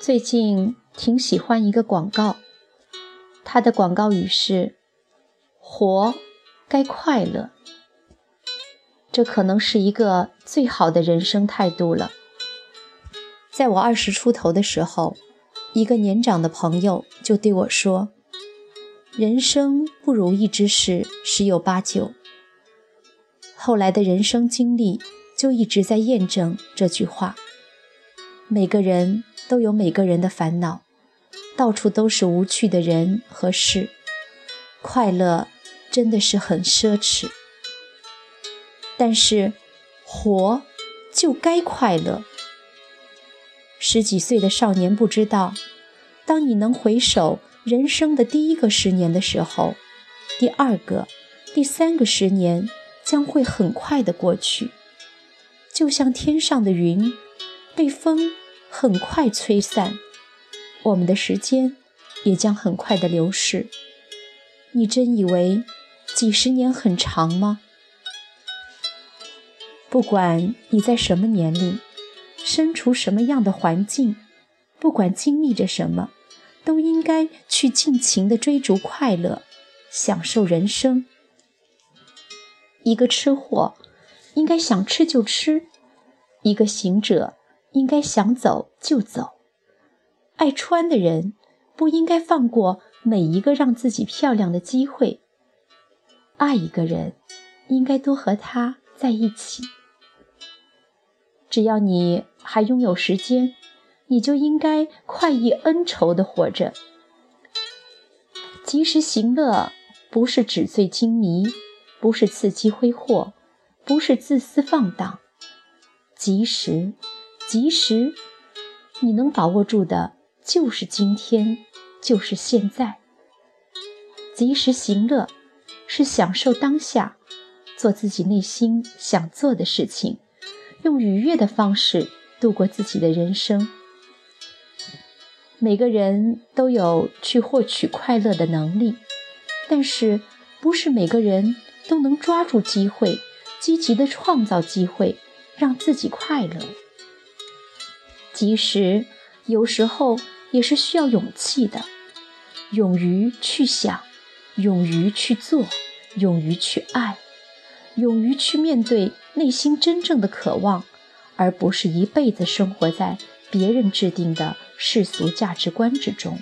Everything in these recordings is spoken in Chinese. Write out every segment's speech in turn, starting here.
最近挺喜欢一个广告，它的广告语是活该快乐。这可能是一个最好的人生态度了。在我20出头的时候，一个年长的朋友就对我说，人生不如意之事十有八九。后来的人生经历就一直在验证这句话。每个人都有每个人的烦恼，到处都是无趣的人和事，快乐真的是很奢侈。但是活就该快乐。10几岁的少年不知道，当你能回首人生的第1个10年的时候，第2个、第3个10年将会很快的过去，就像天上的云被风很快吹散，我们的时间也将很快的流逝。你真以为几十年很长吗？不管你在什么年龄，身处什么样的环境，不管经历着什么，都应该去尽情地追逐快乐，享受人生。一个吃货应该想吃就吃，一个行者应该想走就走。爱穿的人不应该放过每一个让自己漂亮的机会。爱一个人应该多和他在一起。只要你还拥有时间，你就应该快意恩仇地活着。及时行乐不是纸醉金迷，不是刺激挥霍，不是自私放荡。及时，你能把握住的就是今天，就是现在。及时行乐是享受当下，做自己内心想做的事情，用愉悦的方式度过自己的人生。每个人都有去获取快乐的能力，但是不是每个人都能抓住机会，积极地创造机会，让自己快乐。即使有时候也是需要勇气的，勇于去想，勇于去做，勇于去爱，勇于去面对内心真正的渴望，而不是一辈子生活在别人制定的世俗价值观之中。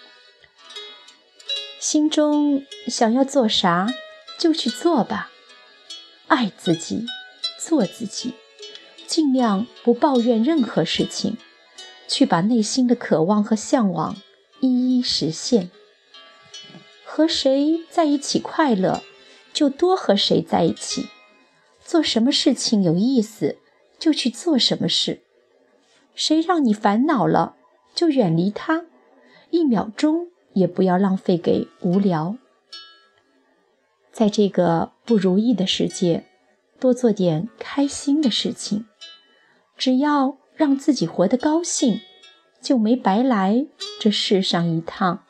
心中想要做啥就去做吧，爱自己，做自己，尽量不抱怨任何事情，去把内心的渴望和向往一一实现。和谁在一起快乐，就多和谁在一起。做什么事情有意思，就去做什么事。谁让你烦恼了，就远离他，1秒钟也不要浪费给无聊。在这个不如意的世界，多做点开心的事情。只要让自己活得高兴，就没白来这世上一趟。